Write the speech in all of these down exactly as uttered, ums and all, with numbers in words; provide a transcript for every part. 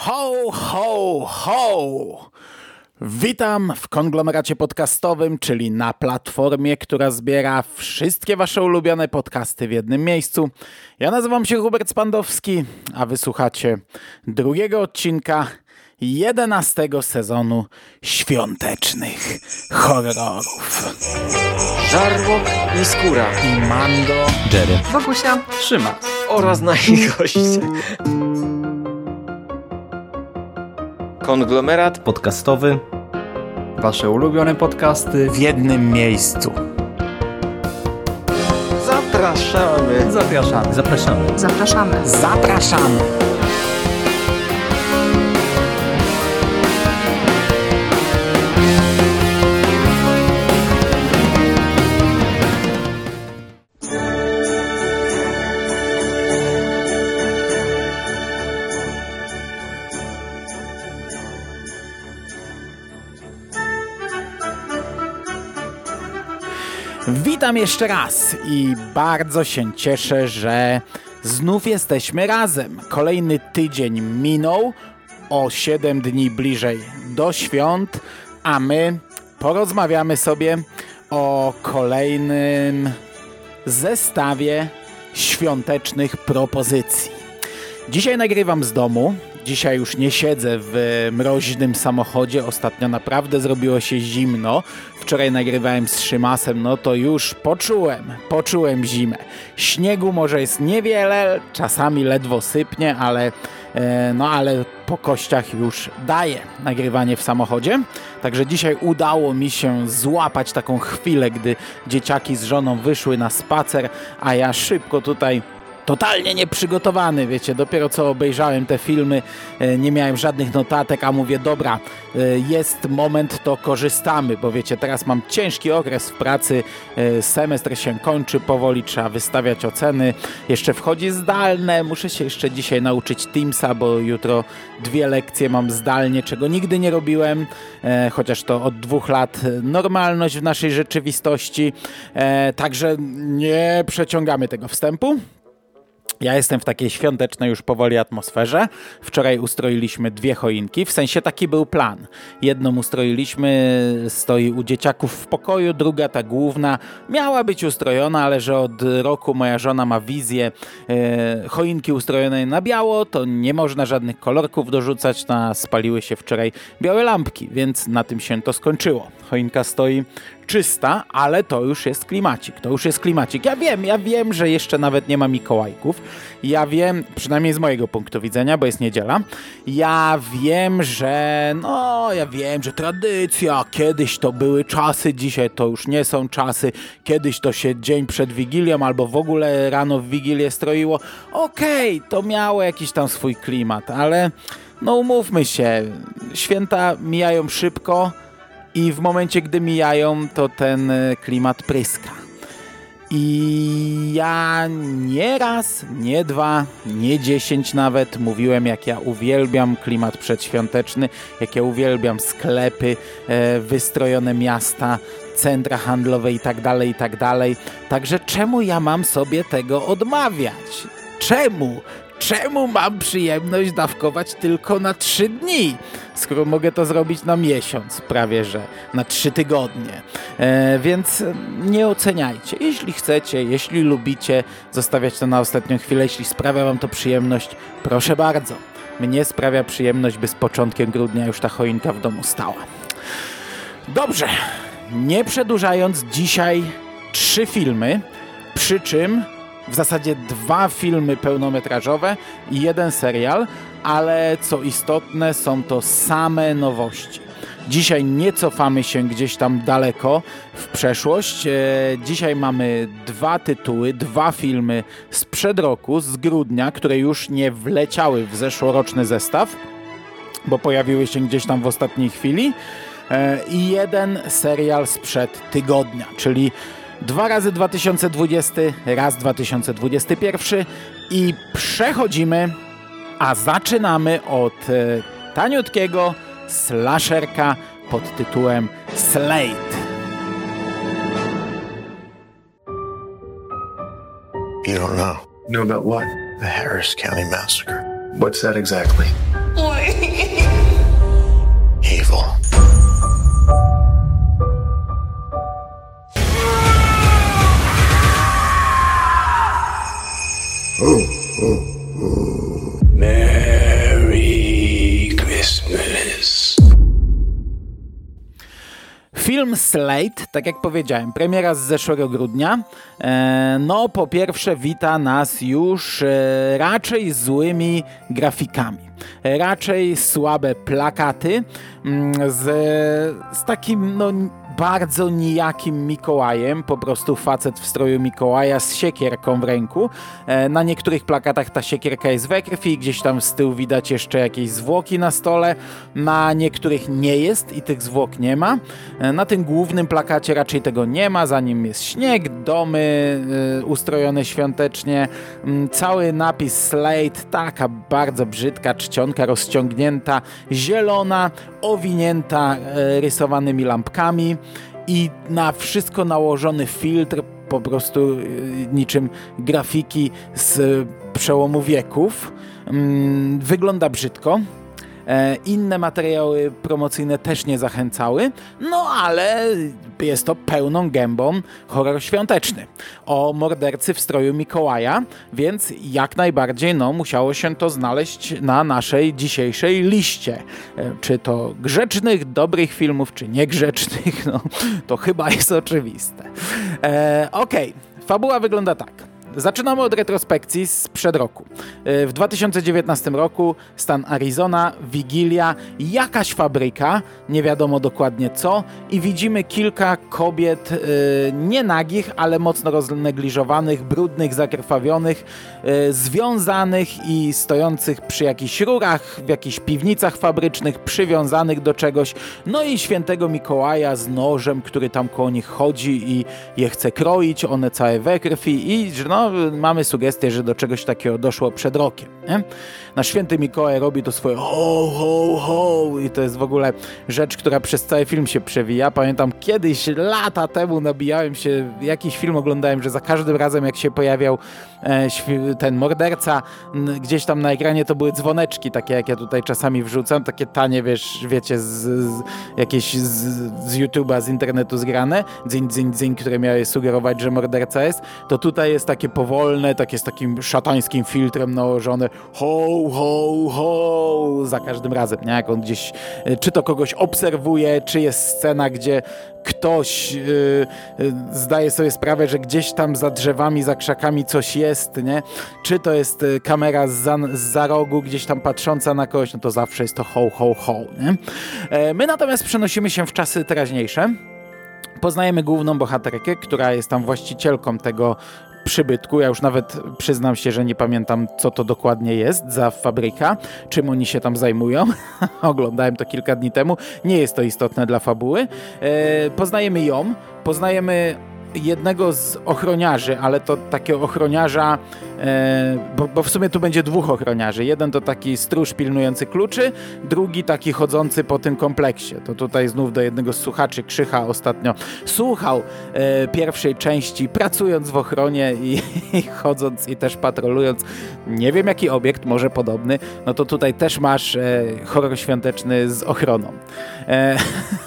Ho, ho, ho! Witam w konglomeracie podcastowym, czyli na platformie, która zbiera wszystkie wasze ulubione podcasty w jednym miejscu. Ja nazywam się Hubert Spandowski, a wysłuchacie drugiego odcinka jedenastego sezonu świątecznych horrorów. Żarłok i Skóra I Mando, Jerry, Wokusia, Szymas oraz nasi goście. Konglomerat podcastowy. Wasze ulubione podcasty w jednym miejscu. Zapraszamy. Zapraszamy. Zapraszamy. Zapraszamy. Zapraszamy! Witam jeszcze raz i bardzo się cieszę, że znów jesteśmy razem. Kolejny tydzień minął, o siedem dni bliżej do świąt, a my porozmawiamy sobie o kolejnym zestawie świątecznych propozycji. Dzisiaj nagrywam z domu. Dzisiaj już nie siedzę w mroźnym samochodzie. Ostatnio naprawdę zrobiło się zimno. Wczoraj nagrywałem z Szymasem, no to już poczułem, poczułem zimę. Śniegu może jest niewiele, czasami ledwo sypnie, ale, e, no ale po kościach już daje nagrywanie w samochodzie. Także dzisiaj udało mi się złapać taką chwilę, gdy dzieciaki z żoną wyszły na spacer, a ja szybko tutaj totalnie nieprzygotowany, wiecie, dopiero co obejrzałem te filmy, nie miałem żadnych notatek, a mówię, dobra, jest moment, to korzystamy, bo wiecie, teraz mam ciężki okres w pracy, semestr się kończy powoli, trzeba wystawiać oceny, jeszcze wchodzi zdalne, muszę się jeszcze dzisiaj nauczyć Teamsa, bo jutro dwie lekcje mam zdalnie, czego nigdy nie robiłem, chociaż to od dwóch lat normalność w naszej rzeczywistości, także nie przeciągamy tego wstępu. Ja jestem w takiej świątecznej już powoli atmosferze. Wczoraj ustroiliśmy dwie choinki, w sensie taki był plan. Jedną ustroiliśmy, stoi u dzieciaków w pokoju, druga, ta główna, miała być ustrojona, ale że od roku moja żona ma wizję e, choinki ustrojonej na biało, to nie można żadnych kolorków dorzucać, na, spaliły się wczoraj białe lampki, więc na tym się to skończyło. Choinka stoi czysta, ale to już jest klimacik, to już jest klimacik. Ja wiem, ja wiem, że jeszcze nawet nie ma Mikołajków. Ja wiem, przynajmniej z mojego punktu widzenia, bo jest niedziela, ja wiem, że no, ja wiem, że tradycja, kiedyś to były czasy, dzisiaj to już nie są czasy, kiedyś to się dzień przed Wigilią albo w ogóle rano w Wigilię stroiło. Okej, okay, to miało jakiś tam swój klimat, ale no umówmy się, święta mijają szybko, i w momencie, gdy mijają, to ten klimat pryska. I ja nie raz, nie dwa, nie dziesięć nawet mówiłem, jak ja uwielbiam klimat przedświąteczny, jak ja uwielbiam sklepy, e, wystrojone miasta, centra handlowe i tak dalej, i tak dalej. Także czemu ja mam sobie tego odmawiać? Czemu? Czemu mam przyjemność dawkować tylko na trzy dni, skoro mogę to zrobić na miesiąc, prawie że na trzy tygodnie. E, więc nie oceniajcie. Jeśli chcecie, jeśli lubicie zostawiać to na ostatnią chwilę, jeśli sprawia wam to przyjemność, proszę bardzo. Mnie sprawia przyjemność, by z początkiem grudnia już ta choinka w domu stała. Dobrze, nie przedłużając, dzisiaj trzy filmy, przy czym w zasadzie dwa filmy pełnometrażowe i jeden serial, ale co istotne, są to same nowości. Dzisiaj nie cofamy się gdzieś tam daleko w przeszłość. Dzisiaj mamy dwa tytuły, dwa filmy sprzed roku, z grudnia, które już nie wleciały w zeszłoroczny zestaw, bo pojawiły się gdzieś tam w ostatniej chwili, i jeden serial sprzed tygodnia, czyli dwa razy dwa tysiące dwudziesty, raz dwa tysiące dwudziesty pierwszy i przechodzimy, a zaczynamy od e, taniutkiego slasherka pod tytułem Slate. You don't know. Know about what? The Harris County Massacre. What's that exactly? Evil. Merry Christmas. Film Slade, tak jak powiedziałem, premiera z zeszłego grudnia. E, no, po pierwsze wita nas już e, raczej złymi grafikami. E, raczej słabe plakaty mm, z, z takim, no, bardzo nijakim Mikołajem, po prostu facet w stroju Mikołaja z siekierką w ręku. E, na niektórych plakatach ta siekierka jest we krwi, gdzieś tam z tyłu widać jeszcze jakieś zwłoki na stole, na niektórych nie jest i tych zwłok nie ma. E, na tym głównym plakacie raczej tego nie ma, za nim jest śnieg, domy e, ustrojone świątecznie, m, cały napis Slade, taka bardzo brzydka czcionka rozciągnięta, zielona, owinięta e, rysowanymi lampkami i na wszystko nałożony filtr, po prostu e, niczym grafiki z przełomu wieków. Mm, wygląda brzydko. E, inne materiały promocyjne też nie zachęcały, no ale jest to pełną gębą horror świąteczny o mordercy w stroju Mikołaja, więc jak najbardziej no, musiało się to znaleźć na naszej dzisiejszej liście. E, czy to grzecznych, dobrych filmów, czy niegrzecznych, no to chyba jest oczywiste. E, Okej, okay. Fabuła wygląda tak. Zaczynamy od retrospekcji sprzed roku. W dwa tysiące dziewiętnastym roku stan Arizona, Wigilia, jakaś fabryka, nie wiadomo dokładnie co, i widzimy kilka kobiet yy, nie nagich, ale mocno roznegliżowanych, brudnych, zakrwawionych, yy, związanych i stojących przy jakichś rurach, w jakichś piwnicach fabrycznych, przywiązanych do czegoś, no i świętego Mikołaja z nożem, który tam koło nich chodzi i je chce kroić, one całe we krwi i no, mamy sugestię, że do czegoś takiego doszło przed rokiem. Nie? Na święty Mikołaj robi to swoje ho, ho, ho i to jest w ogóle rzecz, która przez cały film się przewija. Pamiętam kiedyś, lata temu nabijałem się, jakiś film oglądałem, że za każdym razem jak się pojawiał e, ten morderca n, gdzieś tam na ekranie, to były dzwoneczki, takie jak ja tutaj czasami wrzucam, takie tanie, wiesz, wiecie, z, z jakieś z, z YouTube'a, z internetu zgrane, dzyń, dzyń, dzyń, które miały sugerować, że morderca jest, to tutaj jest takie powolne, takie z takim szatańskim filtrem nałożone ho, ho, ho, za każdym razem, nie? Jak on gdzieś, czy to kogoś obserwuje, czy jest scena, gdzie ktoś yy, yy, zdaje sobie sprawę, że gdzieś tam za drzewami, za krzakami coś jest, nie? Czy to jest yy, kamera za, za rogu, gdzieś tam patrząca na kogoś, no to zawsze jest to ho, ho, ho, nie? E, my natomiast przenosimy się w czasy teraźniejsze. Poznajemy główną bohaterkę, która jest tam właścicielką tego przybytku. Ja już nawet przyznam się, że nie pamiętam, co to dokładnie jest za fabryka, czym oni się tam zajmują. Oglądałem to kilka dni temu. Nie jest to istotne dla fabuły. E, poznajemy ją, poznajemy jednego z ochroniarzy, ale to takiego ochroniarza, e, bo, bo w sumie tu będzie dwóch ochroniarzy. Jeden to taki stróż pilnujący kluczy, drugi taki chodzący po tym kompleksie. To tutaj znów do jednego z słuchaczy Krzycha ostatnio słuchał e, pierwszej części, pracując w ochronie i, i chodząc i też patrolując. Nie wiem jaki obiekt, może podobny. No to tutaj też masz e, horror świąteczny z ochroną. E,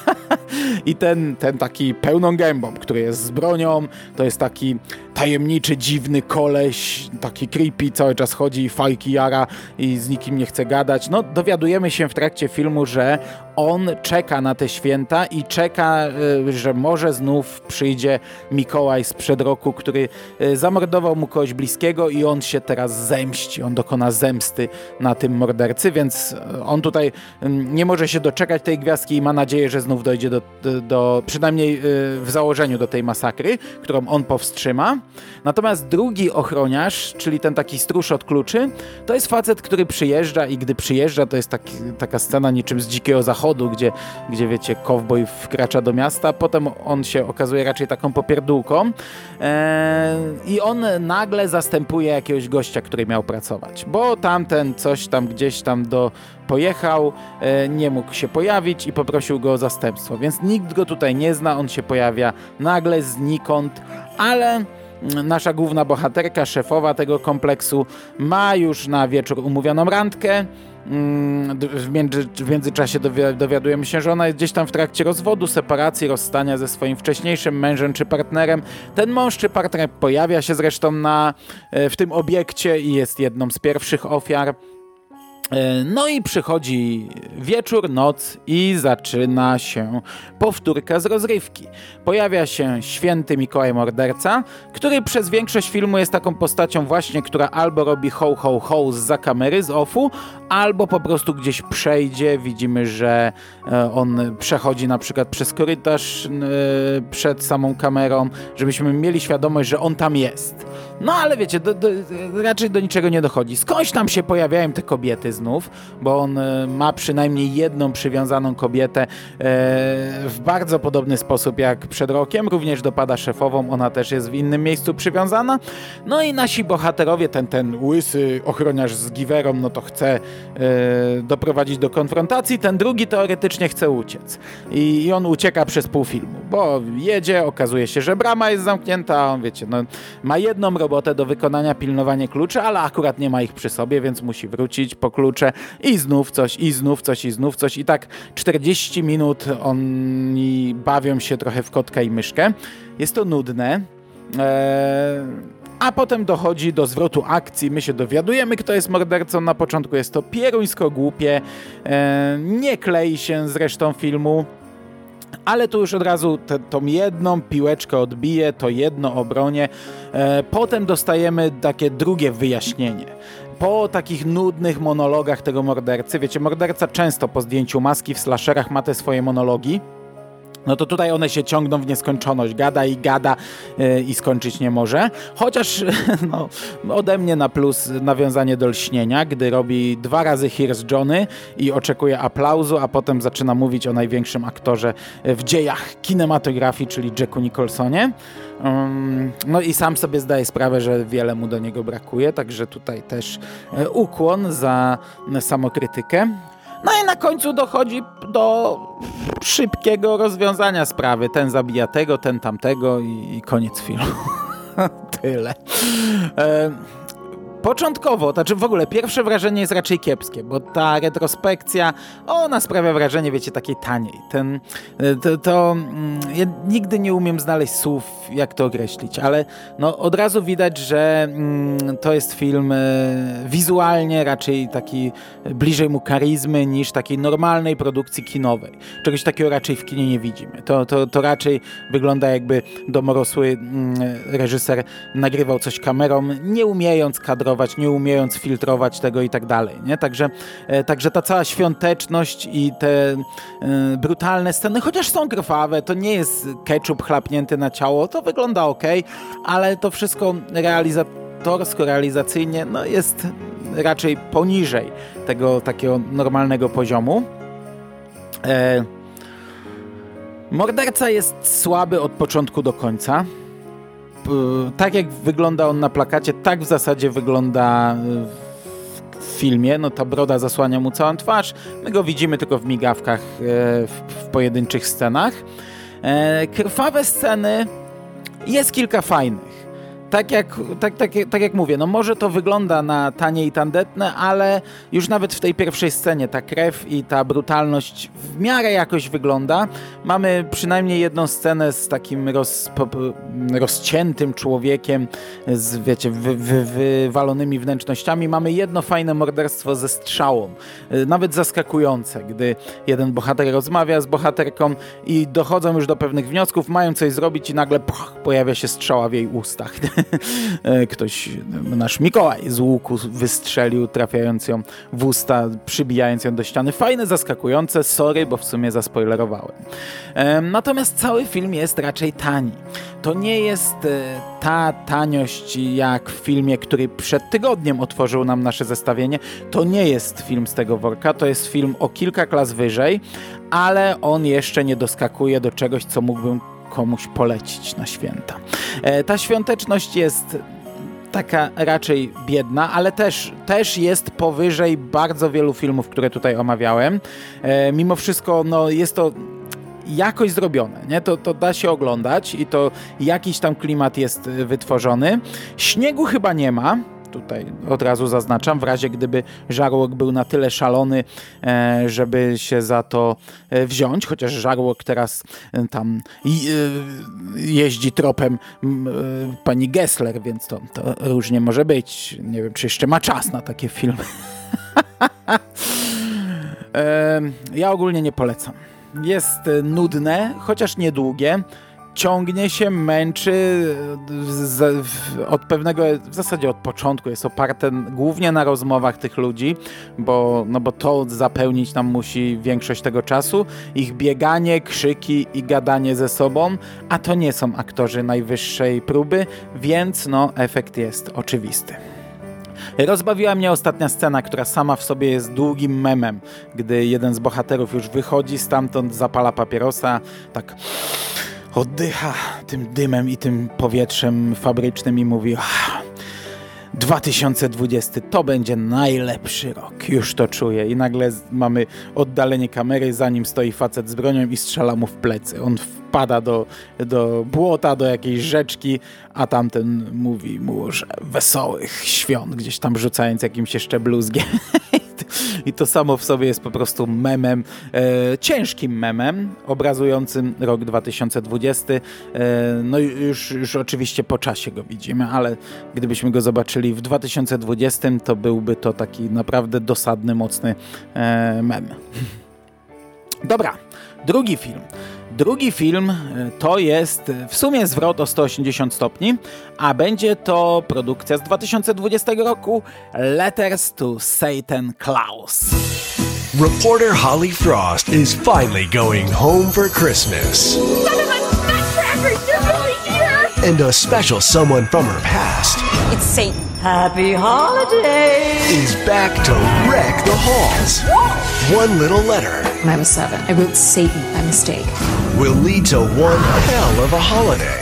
I ten, ten taki pełną gębą, który jest z bronią, to jest taki tajemniczy, dziwny koleś, taki creepy, cały czas chodzi i fajki jara i z nikim nie chce gadać. No, dowiadujemy się w trakcie filmu, że on czeka na te święta i czeka, że może znów przyjdzie Mikołaj sprzed roku, który zamordował mu kogoś bliskiego i on się teraz zemści, on dokona zemsty na tym mordercy, więc on tutaj nie może się doczekać tej gwiazdki i ma nadzieję, że znów dojdzie do, do, do przynajmniej w założeniu do tej masakry, którą on powstrzyma. Natomiast drugi ochroniarz, czyli ten taki stróż od kluczy, to jest facet, który przyjeżdża i gdy przyjeżdża, to jest taki, taka scena niczym z Dzikiego Zachodu, gdzie, gdzie wiecie, kowboj wkracza do miasta, potem on się okazuje raczej taką popierdółką eee, i on nagle zastępuje jakiegoś gościa, który miał pracować, bo tamten coś tam gdzieś tam do pojechał, e, nie mógł się pojawić i poprosił go o zastępstwo, więc nikt go tutaj nie zna, on się pojawia nagle znikąd, ale nasza główna bohaterka, szefowa tego kompleksu, ma już na wieczór umówioną randkę. W, między, w międzyczasie dowi- dowiadujemy się, że ona jest gdzieś tam w trakcie rozwodu, separacji, rozstania ze swoim wcześniejszym mężem czy partnerem. Ten mąż czy partner pojawia się zresztą na, w tym obiekcie i jest jedną z pierwszych ofiar. No i przychodzi wieczór, noc i zaczyna się powtórka z rozrywki. Pojawia się święty Mikołaj Morderca, który przez większość filmu jest taką postacią właśnie, która albo robi ho ho ho zza kamery, z offu, albo po prostu gdzieś przejdzie. Widzimy, że on przechodzi na przykład przez korytarz przed samą kamerą, żebyśmy mieli świadomość, że on tam jest. No ale wiecie, do, do, raczej do niczego nie dochodzi. Skądś tam się pojawiają te kobiety znów, bo on ma przynajmniej jedną przywiązaną kobietę e, w bardzo podobny sposób jak przed rokiem. Również dopada szefową, ona też jest w innym miejscu przywiązana. No i nasi bohaterowie, ten, ten łysy ochroniarz z giwerą, no to chce e, doprowadzić do konfrontacji, ten drugi teoretycznie chce uciec. I, I on ucieka przez pół filmu, bo jedzie, okazuje się, że brama jest zamknięta, on wiecie, no, ma jedną robotę do wykonania, pilnowanie kluczy, ale akurat nie ma ich przy sobie, więc musi wrócić po klucze i znów coś, i znów coś, i znów coś. I tak czterdzieści minut oni bawią się trochę w kotka i myszkę. Jest to nudne. Eee... A potem dochodzi do zwrotu akcji, my się dowiadujemy, kto jest mordercą. Na początku jest to pieruńsko głupie, eee... nie klei się z resztą filmu. Ale tu już od razu te, tą jedną piłeczkę odbije, to jedno obronie. E, potem dostajemy takie drugie wyjaśnienie. Po takich nudnych monologach tego mordercy, wiecie, morderca często po zdjęciu maski w slasherach ma te swoje monologi. No to tutaj one się ciągną w nieskończoność. Gada i gada yy, i skończyć nie może. Chociaż no, ode mnie na plus nawiązanie do Lśnienia, gdy robi dwa razy Here's Johnny i oczekuje aplauzu, a potem zaczyna mówić o największym aktorze w dziejach kinematografii, czyli Jacku Nicholsonie. Um, no i sam sobie zdaje sprawę, że wiele mu do niego brakuje, także tutaj też yy, ukłon za samokrytykę. No i na końcu dochodzi do szybkiego rozwiązania sprawy. Ten zabija tego, ten tamtego i, i koniec filmu. Tyle. E, początkowo, znaczy w ogóle pierwsze wrażenie jest raczej kiepskie, bo ta retrospekcja, ona sprawia wrażenie, wiecie, takiej taniej. Ten, to, to ja nigdy nie umiem znaleźć słów, jak to określić, ale no, od razu widać, że mm, to jest film e, wizualnie raczej taki bliżej mu charyzmy niż takiej normalnej produkcji kinowej. Czegoś takiego raczej w kinie nie widzimy. To, to, to raczej wygląda, jakby domorosły mm, reżyser nagrywał coś kamerą, nie umiejąc kadrować, nie umiejąc filtrować tego i tak dalej, nie? Także, e, także ta cała świąteczność i te e, brutalne sceny, chociaż są krwawe, to nie jest ketchup chlapnięty na ciało, to wygląda okej, ale to wszystko realizatorsko, realizacyjnie no jest raczej poniżej tego takiego normalnego poziomu. E, morderca jest słaby od początku do końca. Tak jak wygląda on na plakacie, tak w zasadzie wygląda w filmie. No ta broda zasłania mu całą twarz. My go widzimy tylko w migawkach, w, w pojedynczych scenach. Krwawe sceny, jest kilka fajnych. Tak jak, tak, tak, tak jak mówię, no może to wygląda na tanie i tandetne, ale już nawet w tej pierwszej scenie ta krew i ta brutalność w miarę jakoś wygląda. Mamy przynajmniej jedną scenę z takim roz, po, rozciętym człowiekiem, z wiecie, wy, wy, wywalonymi wnętrznościami. Mamy jedno fajne morderstwo ze strzałą, nawet zaskakujące, gdy jeden bohater rozmawia z bohaterką i dochodzą już do pewnych wniosków, mają coś zrobić i nagle puch, pojawia się strzała w jej ustach. Ktoś, nasz Mikołaj z łuku wystrzelił, trafiając ją w usta, przybijając ją do ściany. Fajne, zaskakujące, sorry, bo w sumie zaspoilerowałem. Natomiast cały film jest raczej tani. To nie jest ta taniość jak w filmie, który przed tygodniem otworzył nam nasze zestawienie. To nie jest film z tego worka, to jest film o kilka klas wyżej, ale on jeszcze nie doskakuje do czegoś, co mógłbym komuś polecić na święta. E, ta świąteczność jest taka raczej biedna, ale też, też jest powyżej bardzo wielu filmów, które tutaj omawiałem. E, mimo wszystko no, jest to jakoś zrobione, nie? To, to da się oglądać i to jakiś tam klimat jest wytworzony. Śniegu chyba nie ma. Tutaj od razu zaznaczam, w razie gdyby Żarłok był na tyle szalony, e, żeby się za to e, wziąć, chociaż Żarłok teraz e, tam e, jeździ tropem e, pani Gessler, więc to, to różnie może być. Nie wiem, czy jeszcze ma czas na takie filmy. e, ja ogólnie nie polecam. Jest nudne, chociaż niedługie. Ciągnie się, męczy z, w, od pewnego, w zasadzie od początku jest oparte głównie na rozmowach tych ludzi, bo, no bo to zapełnić nam musi większość tego czasu. Ich bieganie, krzyki i gadanie ze sobą, a to nie są aktorzy najwyższej próby, więc no efekt jest oczywisty. Rozbawiła mnie ostatnia scena, która sama w sobie jest długim memem, gdy jeden z bohaterów już wychodzi stamtąd, zapala papierosa, tak oddycha tym dymem i tym powietrzem fabrycznym i mówi: dwa tysiące dwudziesty to będzie najlepszy rok, już to czuję. I nagle mamy oddalenie kamery, za nim stoi facet z bronią i strzela mu w plecy. On wpada do, do błota, do jakiejś rzeczki, a tamten mówi mu, że wesołych świąt, gdzieś tam rzucając jakimś jeszcze bluzgiem. I to samo w sobie jest po prostu memem, e, ciężkim memem, obrazującym rok dwa tysiące dwudziesty. E, no już, już oczywiście po czasie go widzimy, ale gdybyśmy go zobaczyli w dwa tysiące dwudziestym, to byłby to taki naprawdę dosadny, mocny e, mem. Dobra, drugi film. Drugi film to jest w sumie zwrot o sto osiemdziesiąt stopni, a będzie to produkcja z dwa tysiące dwudziestego roku, Letters to Satan Claus. Reporter Holly Frost is finally going home for Christmas. Son of a nutcracker, you're really here! And a special someone from her past It's Satan. Happy holidays! is back to wreck the halls. One little letter When I was seven, I wrote Satan by mistake. will lead to one hell of a holiday.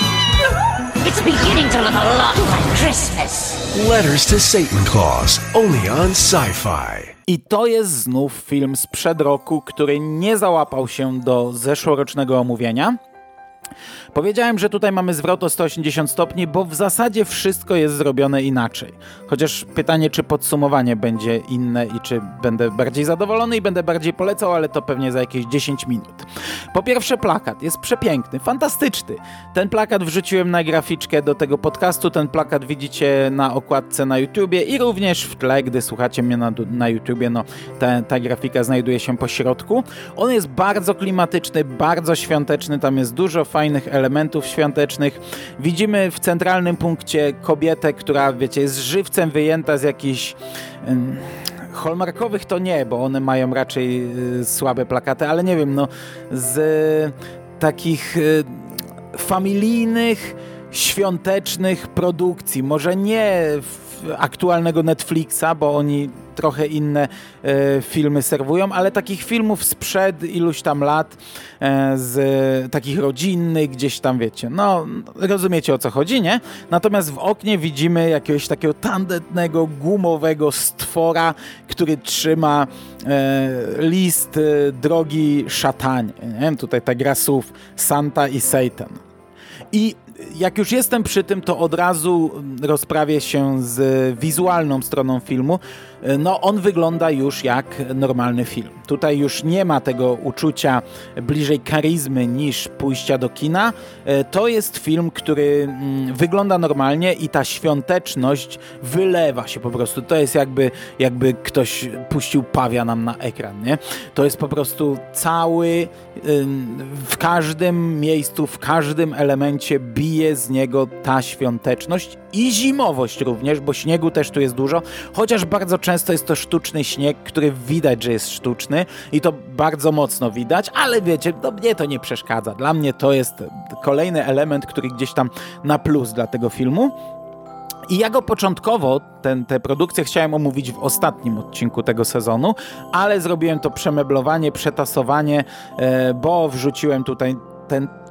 It's beginning to look a lot like Christmas. Letters to Satan Claus, only on Sci-Fi. I to jest znów film sprzed roku, który nie załapał się do zeszłorocznego omówienia. Powiedziałem, że tutaj mamy zwrot o sto osiemdziesiąt stopni, bo w zasadzie wszystko jest zrobione inaczej. Chociaż pytanie, czy podsumowanie będzie inne i czy będę bardziej zadowolony i będę bardziej polecał, ale to pewnie za jakieś dziesięć minut. Po pierwsze, plakat jest przepiękny, fantastyczny. Ten plakat wrzuciłem na graficzkę do tego podcastu, ten plakat widzicie na okładce na YouTubie i również w tle, gdy słuchacie mnie na, na YouTubie, no ta, ta grafika znajduje się po środku. On jest bardzo klimatyczny, bardzo świąteczny, tam jest dużo fajnych elementów świątecznych. Widzimy w centralnym punkcie kobietę, która, wiecie, jest żywcem wyjęta z jakichś um, hallmarkowych to nie, bo one mają raczej y, słabe plakaty, ale nie wiem, no z y, takich y, familijnych, świątecznych produkcji. Może nie w aktualnego Netflixa, bo oni trochę inne e, filmy serwują, ale takich filmów sprzed iluś tam lat, e, z e, takich rodzinnych, gdzieś tam wiecie, no rozumiecie o co chodzi, nie? Natomiast w oknie widzimy jakiegoś takiego tandetnego, gumowego stwora, który trzyma e, list e, drogi szatanie, nie? Tutaj ta gra słów Santa i Satan. I jak już jestem przy tym, to od razu rozprawię się z wizualną stroną filmu. No, on wygląda już jak normalny film. Tutaj już nie ma tego uczucia bliżej charyzmy niż pójścia do kina. To jest film, który wygląda normalnie i ta świąteczność wylewa się po prostu. To jest jakby, jakby ktoś puścił pawia nam na ekran, nie? To jest po prostu cały, w każdym miejscu, w każdym elemencie bije z niego ta świąteczność i zimowość również, bo śniegu też tu jest dużo, chociaż bardzo często jest to sztuczny śnieg, który widać, że jest sztuczny i to bardzo mocno widać, ale wiecie, no mnie to nie przeszkadza. Dla mnie to jest kolejny element, który gdzieś tam na plus dla tego filmu. I ja go początkowo, ten, tę produkcję chciałem omówić w ostatnim odcinku tego sezonu, ale zrobiłem to przemeblowanie, przetasowanie, e, bo wrzuciłem tutaj ten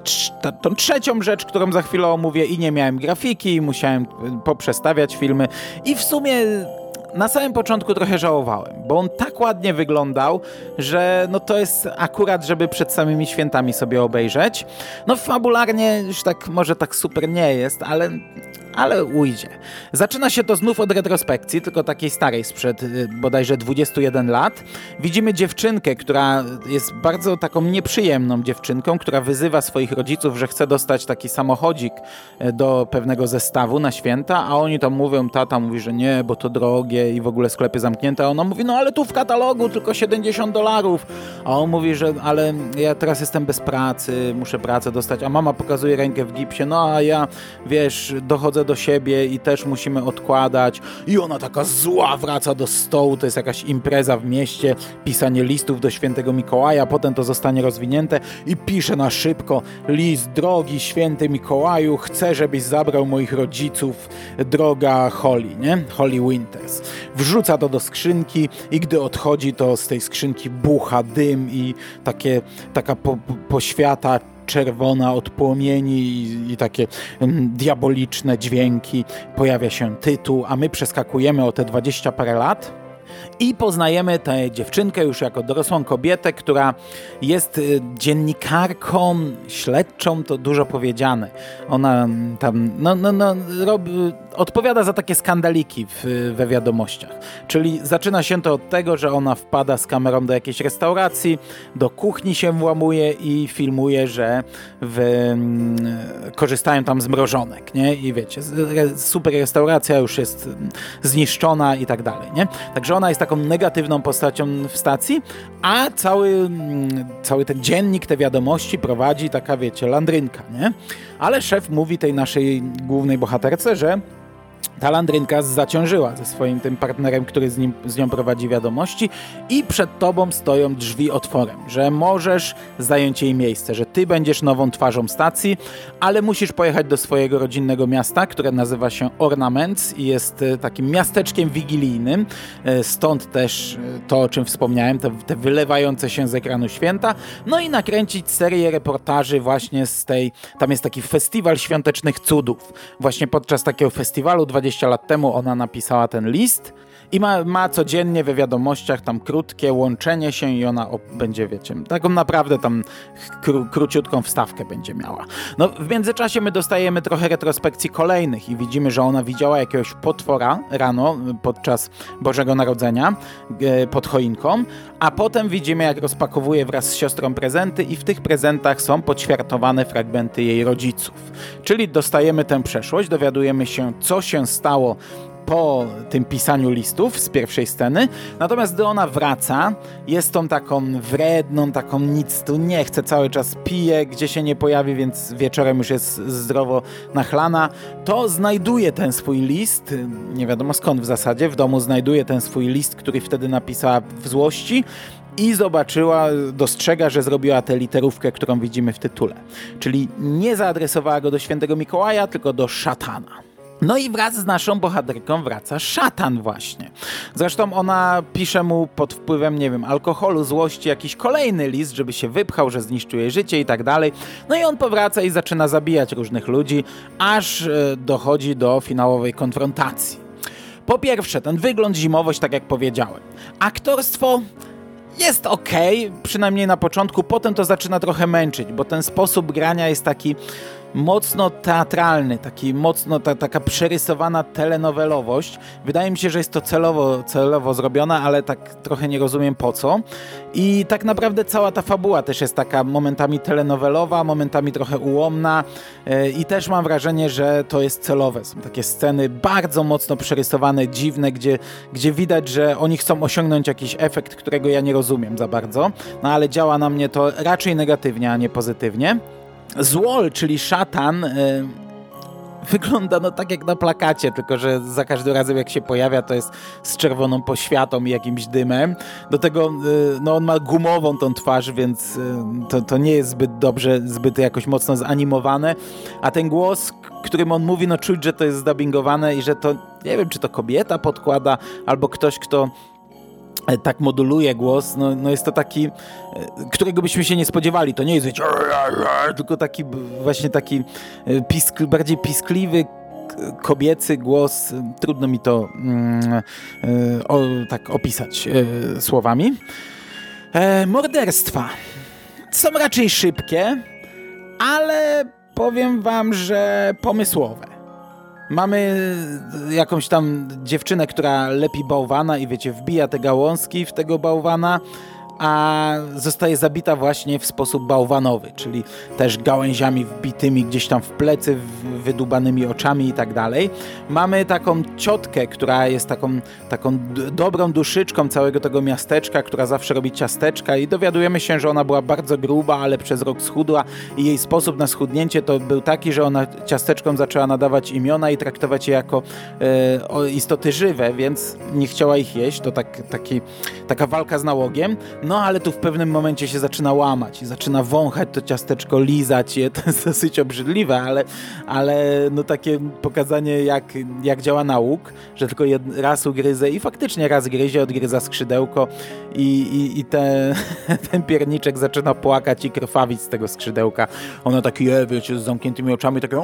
ta, tą trzecią rzecz, którą za chwilę omówię i nie miałem grafiki, musiałem poprzestawiać filmy i w sumie na samym początku trochę żałowałem, bo on tak ładnie wyglądał, że no to jest akurat, żeby przed samymi świętami sobie obejrzeć. No fabularnie już tak, może tak super nie jest, ale... ale ujdzie. Zaczyna się to znów od retrospekcji, tylko takiej starej, sprzed y, bodajże dwudziestu jeden lat. Widzimy dziewczynkę, która jest bardzo taką nieprzyjemną dziewczynką, która wyzywa swoich rodziców, że chce dostać taki samochodzik do pewnego zestawu na święta, a oni tam mówią, tata mówi, że nie, bo to drogie i w ogóle sklepy zamknięte, a ona mówi, no ale tu w katalogu tylko siedemdziesiąt dolarów, a on mówi, że ale ja teraz jestem bez pracy, muszę pracę dostać, a mama pokazuje rękę w gipsie, no a ja, wiesz, dochodzę do siebie i też musimy odkładać i ona taka zła wraca do stołu, to jest jakaś impreza w mieście, pisanie listów do świętego Mikołaja, potem to zostanie rozwinięte i pisze na szybko list, drogi święty Mikołaju, chcę, żebyś zabrał moich rodziców, droga Holly, nie? Holly Winters. Wrzuca to do skrzynki i gdy odchodzi, to z tej skrzynki bucha dym i takie, taka po, po, poświata czerwona od płomieni i, i takie mm, diaboliczne dźwięki. Pojawia się tytuł, a my przeskakujemy o te dwadzieścia parę lat i poznajemy tę dziewczynkę już jako dorosłą kobietę, która jest dziennikarką śledczą, to dużo powiedziane. Ona tam no, no, no, robi, odpowiada za takie skandaliki w, we wiadomościach. Czyli zaczyna się to od tego, że ona wpada z kamerą do jakiejś restauracji, do kuchni się włamuje i filmuje, że w, korzystają tam z mrożonek, nie? I wiecie, super restauracja już jest zniszczona i tak dalej, nie? Także ona jest taką negatywną postacią w stacji, a cały, cały ten dziennik, te wiadomości prowadzi taka, wiecie, landrynka, nie? Ale szef mówi tej naszej głównej bohaterce, że ta landrynka zaciążyła ze swoim tym partnerem, który z, nim, z nią prowadzi wiadomości i przed tobą stoją drzwi otworem, że możesz zająć jej miejsce, że ty będziesz nową twarzą stacji, ale musisz pojechać do swojego rodzinnego miasta, które nazywa się Ornaments i jest takim miasteczkiem wigilijnym, stąd też to, o czym wspomniałem, te, te wylewające się z ekranu święta, no i nakręcić serię reportaży właśnie z tej, tam jest taki festiwal świątecznych cudów. Właśnie podczas takiego festiwalu dwadzieścia lat temu ona napisała ten list i ma, ma codziennie we wiadomościach tam krótkie łączenie się i ona o, będzie, wiecie, taką naprawdę tam kró, króciutką wstawkę będzie miała. No w międzyczasie my dostajemy trochę retrospekcji kolejnych i widzimy, że ona widziała jakiegoś potwora rano podczas Bożego Narodzenia e, pod choinką, a potem widzimy, jak rozpakowuje wraz z siostrą prezenty i w tych prezentach są podświartowane fragmenty jej rodziców. Czyli dostajemy tę przeszłość, dowiadujemy się, co się stało po tym pisaniu listów z pierwszej sceny, natomiast gdy ona wraca, jest tą taką wredną, taką nic tu nie chce, cały czas pije, gdzie się nie pojawi, więc wieczorem już jest zdrowo nachlana, to znajduje ten swój list, nie wiadomo skąd w zasadzie, w domu znajduje ten swój list, który wtedy napisała w złości i zobaczyła, dostrzega, że zrobiła tę literówkę, którą widzimy w tytule. Czyli nie zaadresowała go do świętego Mikołaja, tylko do szatana. No i wraz z naszą bohaterką wraca szatan właśnie. Zresztą ona pisze mu pod wpływem, nie wiem, alkoholu, złości jakiś kolejny list, żeby się wypchał, że zniszczył jej życie i tak dalej. No i on powraca i zaczyna zabijać różnych ludzi, aż e, dochodzi do finałowej konfrontacji. Po pierwsze, ten wygląd, zimowość, tak jak powiedziałem. Aktorstwo jest okej, okay, przynajmniej na początku, potem to zaczyna trochę męczyć, bo ten sposób grania jest taki mocno teatralny, taki mocno ta, taka przerysowana telenowelowość. Wydaje mi się, że jest to celowo, celowo zrobione, ale tak trochę nie rozumiem po co. I tak naprawdę cała ta fabuła też jest taka momentami telenowelowa, momentami trochę ułomna yy, i też mam wrażenie, że to jest celowe. Są takie sceny bardzo mocno przerysowane, dziwne, gdzie, gdzie widać, że oni chcą osiągnąć jakiś efekt, którego ja nie rozumiem za bardzo, no ale działa na mnie to raczej negatywnie, a nie pozytywnie. Złol, czyli szatan, yy, wygląda no tak jak na plakacie, tylko że za każdym razem jak się pojawia, to jest z czerwoną poświatą i jakimś dymem. Do tego yy, no on ma gumową tą twarz, więc yy, to, to nie jest zbyt dobrze, zbyt jakoś mocno zanimowane. A ten głos, którym on mówi, no czuć, że to jest zdubbingowane i że to, nie wiem, czy to kobieta podkłada, albo ktoś, kto tak moduluje głos, no, no jest to taki, którego byśmy się nie spodziewali. To nie jest tylko taki właśnie taki piskl, bardziej piskliwy, kobiecy głos. Trudno mi to mm, o, tak opisać e, słowami. E, morderstwa są raczej szybkie, ale powiem wam, że pomysłowe. Mamy jakąś tam dziewczynę, która lepi bałwana i wiecie, wbija te gałązki w tego bałwana, a zostaje zabita właśnie w sposób bałwanowy, czyli też gałęziami wbitymi gdzieś tam w plecy, wydubanymi oczami i tak dalej. Mamy taką ciotkę, która jest taką, taką d- dobrą duszyczką całego tego miasteczka, która zawsze robi ciasteczka i dowiadujemy się, że ona była bardzo gruba, ale przez rok schudła i jej sposób na schudnięcie to był taki, że ona ciasteczkom zaczęła nadawać imiona i traktować je jako e, istoty żywe, więc nie chciała ich jeść. To tak, taki, taka walka z nałogiem. No ale tu w pewnym momencie się zaczyna łamać i zaczyna wąchać to ciasteczko, lizać je. To jest dosyć obrzydliwe, ale, ale no takie pokazanie jak, jak działa nauk, że tylko jed, raz ugryzę i faktycznie raz gryzie, odgryza skrzydełko i, i, i te, ten pierniczek zaczyna płakać i krwawić z tego skrzydełka. Ona tak je, wiecie, z zamkniętymi oczami, takie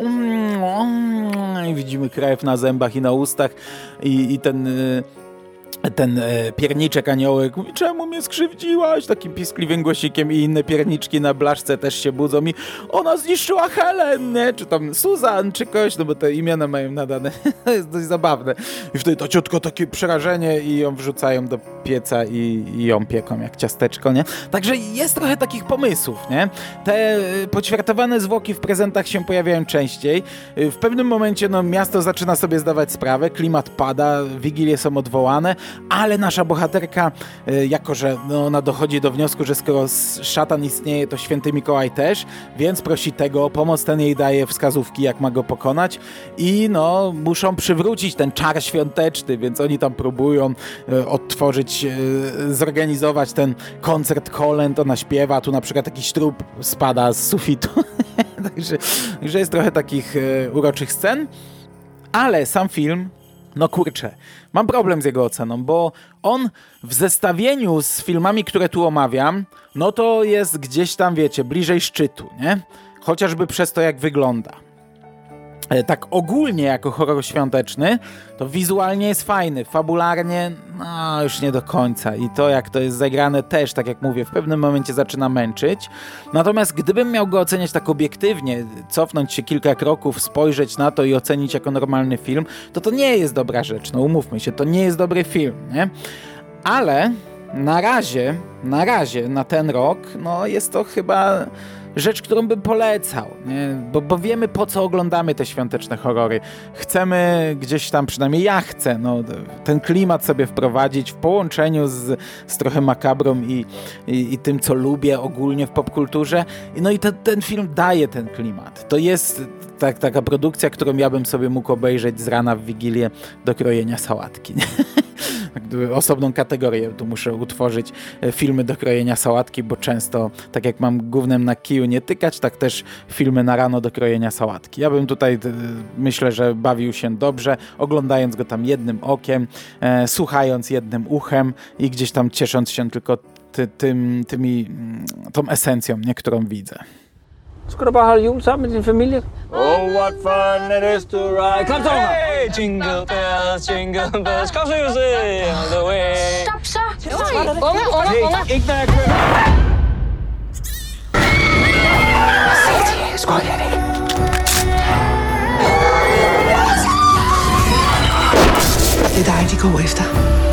i widzimy krew na zębach i na ustach i, i ten... ten e, pierniczek aniołek mówi, czemu mnie skrzywdziłaś? Takim piskliwym głosikiem i inne pierniczki na blaszce też się budzą i ona zniszczyła Helen, nie? Czy tam Susan, czy kogoś, no bo te imiona mają nadane. To jest dość zabawne. I wtedy ta ciotka takie przerażenie i ją wrzucają do pieca i, i ją pieką jak ciasteczko, nie? Także jest trochę takich pomysłów, nie? Te poćwiartowane zwłoki w prezentach się pojawiają częściej. W pewnym momencie no, miasto zaczyna sobie zdawać sprawę, klimat pada, wigilie są odwołane, ale nasza bohaterka, jako że no, ona dochodzi do wniosku, że skoro szatan istnieje, to święty Mikołaj też, więc prosi tego o pomoc, ten jej daje wskazówki, jak ma go pokonać i no, muszą przywrócić ten czar świąteczny, więc oni tam próbują e, odtworzyć, e, zorganizować ten koncert kolęd, ona śpiewa, tu na przykład jakiś trup spada z sufitu, także, także jest trochę takich e, uroczych scen, ale sam film, no kurczę, mam problem z jego oceną, bo on w zestawieniu z filmami, które tu omawiam, no to jest gdzieś tam, wiecie, bliżej szczytu, nie? Chociażby przez to, jak wygląda. Tak ogólnie jako horror świąteczny, to wizualnie jest fajny, fabularnie no już nie do końca i to jak to jest zagrane też, tak jak mówię, w pewnym momencie zaczyna męczyć. Natomiast gdybym miał go oceniać tak obiektywnie, cofnąć się kilka kroków, spojrzeć na to i ocenić jako normalny film, to to nie jest dobra rzecz, no umówmy się, to nie jest dobry film, nie? Ale na razie, na razie, na ten rok, no jest to chyba rzecz, którą bym polecał, nie? Bo, bo wiemy, po co oglądamy te świąteczne horrory. Chcemy gdzieś tam, przynajmniej ja chcę, no, ten klimat sobie wprowadzić w połączeniu z, z trochę makabrą i, i, i tym, co lubię ogólnie w popkulturze. No i te, ten film daje ten klimat. To jest tak, taka produkcja, którą ja bym sobie mógł obejrzeć z rana w Wigilię do krojenia sałatki, nie? Osobną kategorię tu muszę utworzyć, filmy do krojenia sałatki, bo często, tak jak mam gównem na kiju nie tykać, tak też filmy na rano do krojenia sałatki. Ja bym tutaj myślę, że bawił się dobrze, oglądając go tam jednym okiem, e, słuchając jednym uchem i gdzieś tam ciesząc się tylko ty, tym, tymi, tą esencją, nie, którą widzę. Skal du bare holde jul sammen med din familie? Oh, what fun it is to ride. Kom så, hey, jingle bells, jingle bells. Kom så, Jose, on the way. Stop så! Unge, unge, unge! Ikke når jeg kører. Skål, Erik. Det er dig, de går efter.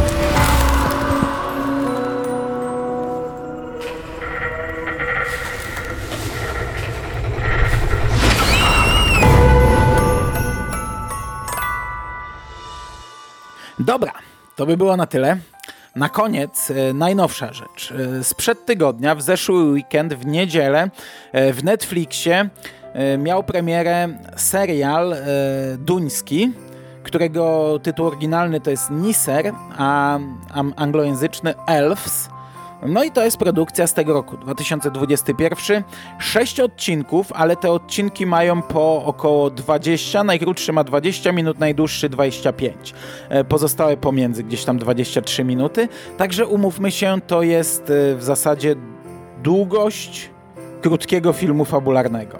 Dobra, to by było na tyle. Na koniec e, najnowsza rzecz. E, sprzed tygodnia, w zeszły weekend, w niedzielę, e, w Netflixie e, miał premierę serial e, duński, którego tytuł oryginalny to jest Niser, a, a anglojęzyczny Elves. No i to jest produkcja z tego roku, dwa tysiące dwudziesty pierwszy. Sześć odcinków, ale te odcinki mają po około dwadzieścia, najkrótszy ma dwadzieścia minut, najdłuższy dwadzieścia pięć. Pozostałe pomiędzy gdzieś tam dwadzieścia trzy minuty. Także umówmy się, to jest w zasadzie długość krótkiego filmu fabularnego.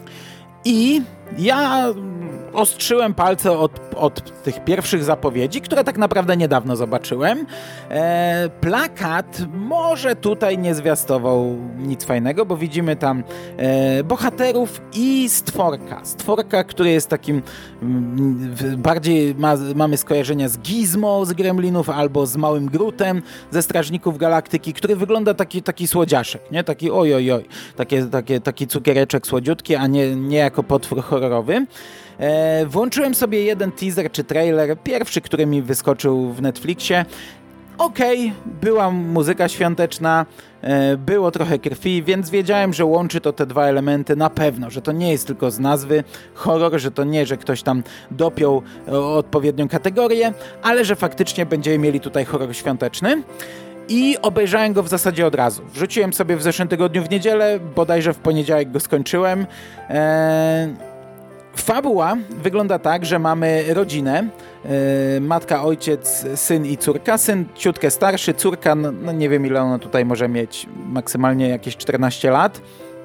I ja ostrzyłem palce od, od tych pierwszych zapowiedzi, które tak naprawdę niedawno zobaczyłem. E, plakat może tutaj nie zwiastował nic fajnego, bo widzimy tam e, bohaterów i stworka. Stworka, który jest takim m, bardziej ma, mamy skojarzenia z Gizmo z Gremlinów albo z Małym Grutem ze Strażników Galaktyki, który wygląda taki, taki słodziaszek, nie? Taki oj, oj, oj. Takie, takie, taki cukiereczek słodziutki, a nie, nie jako potwór horrorowy. E, włączyłem sobie jeden teaser czy trailer, pierwszy, który mi wyskoczył w Netflixie. Okej, okay, była muzyka świąteczna, e, było trochę krwi, więc wiedziałem, że łączy to te dwa elementy na pewno, że to nie jest tylko z nazwy horror, że to nie, że ktoś tam dopiął odpowiednią kategorię, ale że faktycznie będziemy mieli tutaj horror świąteczny. I obejrzałem go w zasadzie od razu. Wrzuciłem sobie w zeszłym tygodniu w niedzielę, bodajże w poniedziałek go skończyłem. Eee, fabuła wygląda tak, że mamy rodzinę, eee, matka, ojciec, syn i córka. Syn ciutkę starszy, córka, no, no nie wiem ile ona tutaj może mieć, maksymalnie jakieś czternaście lat.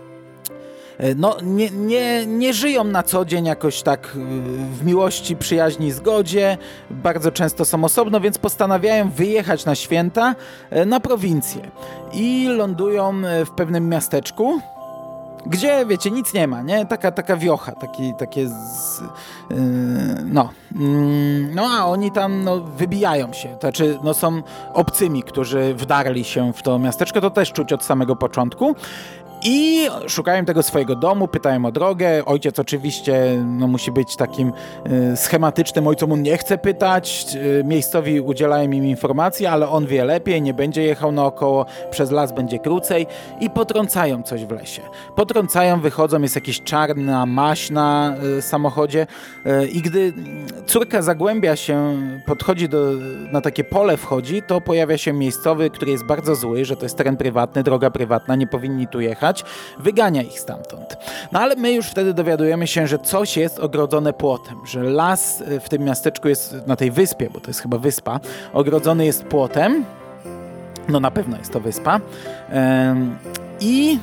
No, nie, nie, nie żyją na co dzień jakoś tak w miłości, przyjaźni, zgodzie. Bardzo często są osobno, więc postanawiają wyjechać na święta na prowincję. I lądują w pewnym miasteczku, gdzie, wiecie, nic nie ma, nie? Taka, taka wiocha, taki, takie z, yy, no. Yy, no, a oni tam, no, wybijają się. Znaczy, no, są obcymi, którzy wdarli się w to miasteczko. To też czuć od samego początku. I szukają tego swojego domu, pytają o drogę. Ojciec oczywiście no, musi być takim y, schematycznym ojcem, on nie chce pytać. Y, miejscowi udzielają im informacji, ale on wie lepiej, nie będzie jechał naokoło, przez las będzie krócej i potrącają coś w lesie. Potrącają, wychodzą, jest jakiś czarna maź na y, samochodzie y, i gdy córka zagłębia się, podchodzi do, na takie pole wchodzi, to pojawia się miejscowy, który jest bardzo zły, że to jest teren prywatny, droga prywatna, nie powinni tu jechać. Wygania ich stamtąd. No ale my już wtedy dowiadujemy się, że coś jest ogrodzone płotem, że las w tym miasteczku jest, na tej wyspie, bo to jest chyba wyspa, ogrodzony jest płotem. No na pewno jest to wyspa. Ym, I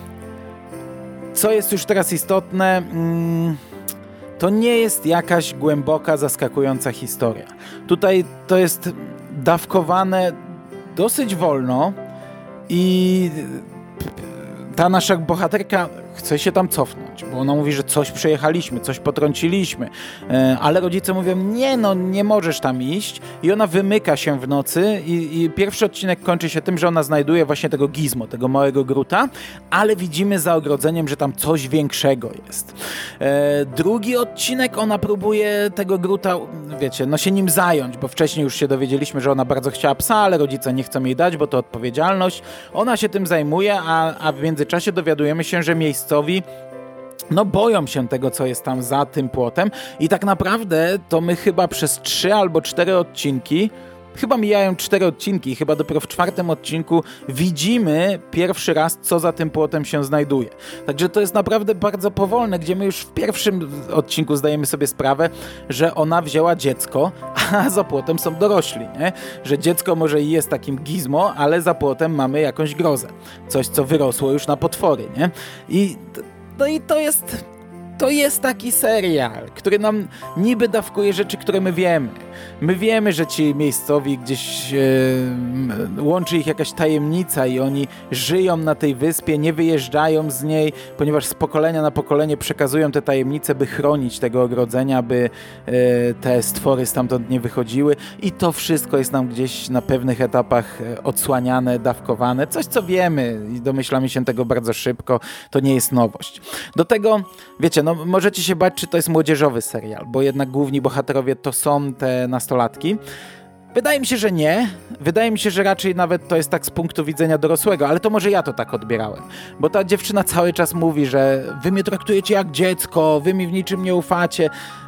co jest już teraz istotne, ym, to nie jest jakaś głęboka, zaskakująca historia. Tutaj to jest dawkowane dosyć wolno i ta nasza bohaterka chce się tam cofnąć, bo ona mówi, że coś przejechaliśmy, coś potrąciliśmy, ale rodzice mówią, nie no, nie możesz tam iść i ona wymyka się w nocy i, i pierwszy odcinek kończy się tym, że ona znajduje właśnie tego Gizmo, tego małego Gruta, ale widzimy za ogrodzeniem, że tam coś większego jest. E, drugi odcinek ona próbuje tego Gruta, wiecie, no się nim zająć, bo wcześniej już się dowiedzieliśmy, że ona bardzo chciała psa, ale rodzice nie chcą jej dać, bo to odpowiedzialność. Ona się tym zajmuje, a, a w międzyczasie dowiadujemy się, że miejscowi no boją się tego, co jest tam za tym płotem i tak naprawdę to my chyba przez trzy albo cztery odcinki, chyba mijają cztery odcinki i chyba dopiero w czwartym odcinku widzimy pierwszy raz, co za tym płotem się znajduje. Także to jest naprawdę bardzo powolne, gdzie my już w pierwszym odcinku zdajemy sobie sprawę, że ona wzięła dziecko, a za płotem są dorośli, nie? Że dziecko może i jest takim Gizmo, ale za płotem mamy jakąś grozę. Coś, co wyrosło już na potwory, nie? I, no i to jest... To jest taki serial, który nam niby dawkuje rzeczy, które my wiemy. My wiemy, że ci miejscowi gdzieś e, łączy ich jakaś tajemnica i oni żyją na tej wyspie, nie wyjeżdżają z niej, ponieważ z pokolenia na pokolenie przekazują te tajemnice, by chronić tego ogrodzenia, by e, te stwory stamtąd nie wychodziły i to wszystko jest nam gdzieś na pewnych etapach odsłaniane, dawkowane. Coś, co wiemy i domyślamy się tego bardzo szybko. To nie jest nowość. Do tego, wiecie, no możecie się bać, czy to jest młodzieżowy serial, bo jednak główni bohaterowie to są te nastolatki. Wydaje mi się, że nie. Wydaje mi się, że raczej nawet to jest tak z punktu widzenia dorosłego, ale to może ja to tak odbierałem. Bo ta dziewczyna cały czas mówi, że wy mnie traktujecie jak dziecko, wy mi w niczym nie ufacie,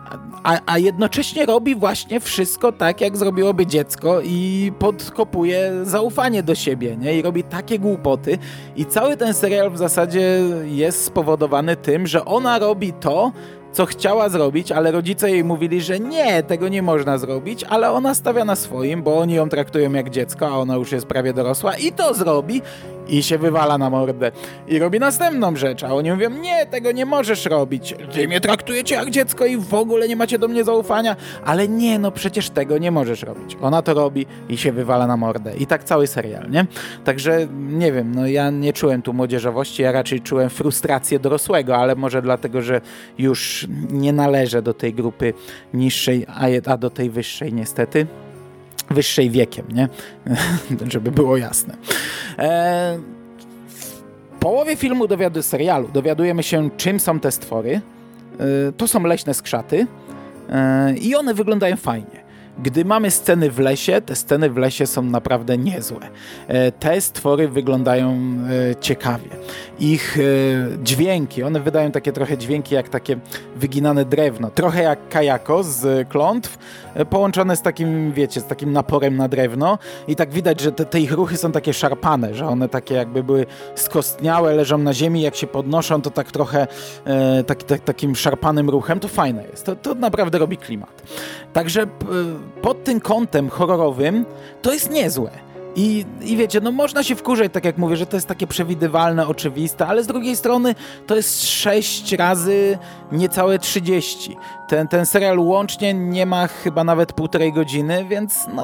A, a jednocześnie robi właśnie wszystko tak, jak zrobiłoby dziecko i podkopuje zaufanie do siebie, nie? I robi takie głupoty i cały ten serial w zasadzie jest spowodowany tym, że ona robi to, co chciała zrobić, ale rodzice jej mówili, że nie, tego nie można zrobić, ale ona stawia na swoim, bo oni ją traktują jak dziecko, a ona już jest prawie dorosła i to zrobi i się wywala na mordę. I robi następną rzecz, a oni mówią, nie, tego nie możesz robić, wy mnie traktujecie jak dziecko i w ogóle nie macie do mnie zaufania, ale nie, no przecież tego nie możesz robić. Ona to robi i się wywala na mordę. I tak cały serial, nie? Także, nie wiem, no ja nie czułem tu młodzieżowości, ja raczej czułem frustrację dorosłego, ale może dlatego, że już nie należę do tej grupy niższej, a, a do tej wyższej niestety. Wyższej wiekiem, nie? Żeby było jasne. E, w połowie filmu, dowiadu- serialu dowiadujemy się, czym są te stwory. E, to są leśne skrzaty e, i one wyglądają fajnie. Gdy mamy sceny w lesie, te sceny w lesie są naprawdę niezłe. E, te stwory wyglądają e, ciekawie. Ich e, dźwięki, one wydają takie trochę dźwięki jak takie wyginane drewno. Trochę jak kajako z klątw, e, połączone z takim, wiecie, z takim naporem na drewno. I tak widać, że te, te ich ruchy są takie szarpane, że one takie jakby były skostniałe, leżą na ziemi, jak się podnoszą, to tak trochę e, tak, tak, takim szarpanym ruchem. To fajne jest. To, to naprawdę robi klimat. Także p, pod tym kątem horrorowym to jest niezłe. I, I wiecie, no można się wkurzać, tak jak mówię, że to jest takie przewidywalne, oczywiste, ale z drugiej strony to jest sześć razy niecałe trzydzieści. Ten, ten serial łącznie nie ma chyba nawet półtorej godziny, więc no...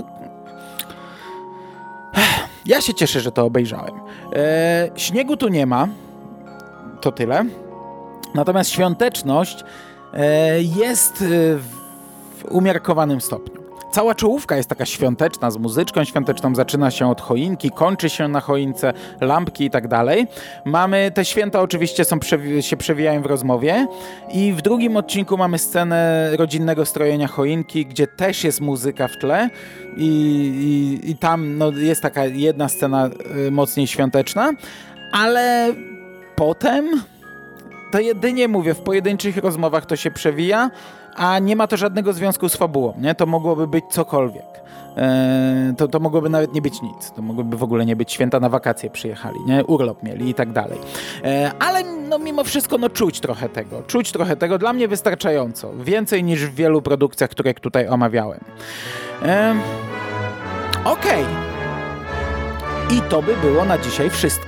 Ja się cieszę, że to obejrzałem. E, śniegu tu nie ma, to tyle. Natomiast świąteczność e, jest w w umiarkowanym stopniu. Cała czołówka jest taka świąteczna, z muzyczką świąteczną, zaczyna się od choinki, kończy się na choince, lampki i tak dalej. Mamy, te święta oczywiście są, się przewijają w rozmowie i w drugim odcinku mamy scenę rodzinnego strojenia choinki, gdzie też jest muzyka w tle i, i, i tam no, jest taka jedna scena y, mocniej świąteczna, ale potem to jedynie, mówię, w pojedynczych rozmowach to się przewija, a nie ma to żadnego związku z fabułą, nie? To mogłoby być cokolwiek. Eee, to, to mogłoby nawet nie być nic. To mogłoby w ogóle nie być święta, na wakacje przyjechali, nie? Urlop mieli i tak dalej. Eee, ale no mimo wszystko no czuć trochę tego. Czuć trochę tego. Dla mnie wystarczająco. Więcej niż w wielu produkcjach, które tutaj omawiałem. Eee, Okej. Okay. I to by było na dzisiaj wszystko.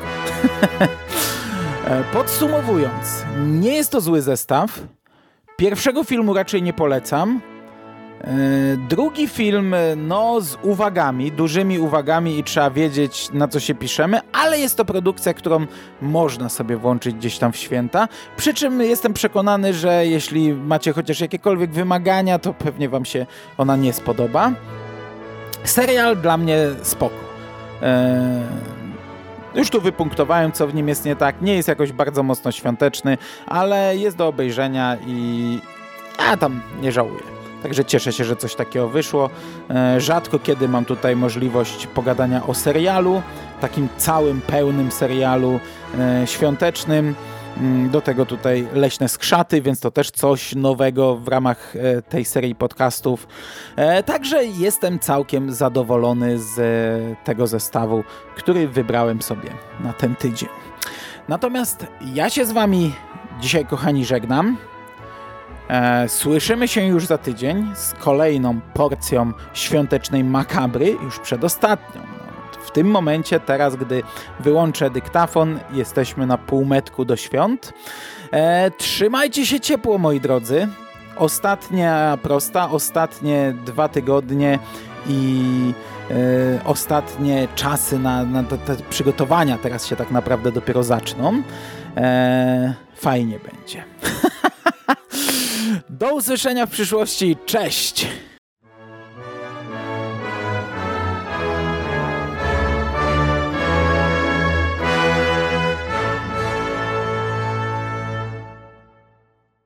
Podsumowując, nie jest to zły zestaw. Pierwszego filmu raczej nie polecam. Drugi film, no z uwagami, dużymi uwagami i trzeba wiedzieć, na co się piszemy, ale jest to produkcja, którą można sobie włączyć gdzieś tam w święta. Przy czym jestem przekonany, że jeśli macie chociaż jakiekolwiek wymagania, to pewnie wam się ona nie spodoba. Serial dla mnie spoko. Eee... Już tu wypunktowałem, co w nim jest nie tak. Nie jest jakoś bardzo mocno świąteczny, ale jest do obejrzenia i ja tam nie żałuję. Także cieszę się, że coś takiego wyszło. Rzadko kiedy mam tutaj możliwość pogadania o serialu, takim całym, pełnym serialu świątecznym. Do tego tutaj Leśne Skrzaty, więc to też coś nowego w ramach tej serii podcastów. Także jestem całkiem zadowolony z tego zestawu, który wybrałem sobie na ten tydzień. Natomiast ja się z wami dzisiaj, kochani, żegnam. Słyszymy się już za tydzień z kolejną porcją świątecznej makabry, już przedostatnią. W tym momencie, teraz gdy wyłączę dyktafon, jesteśmy na półmetku do świąt. E, trzymajcie się ciepło, moi drodzy. Ostatnia prosta, ostatnie dwa tygodnie i e, ostatnie czasy na, na te, te przygotowania teraz się tak naprawdę dopiero zaczną. E, fajnie będzie. Do usłyszenia w przyszłości. Cześć!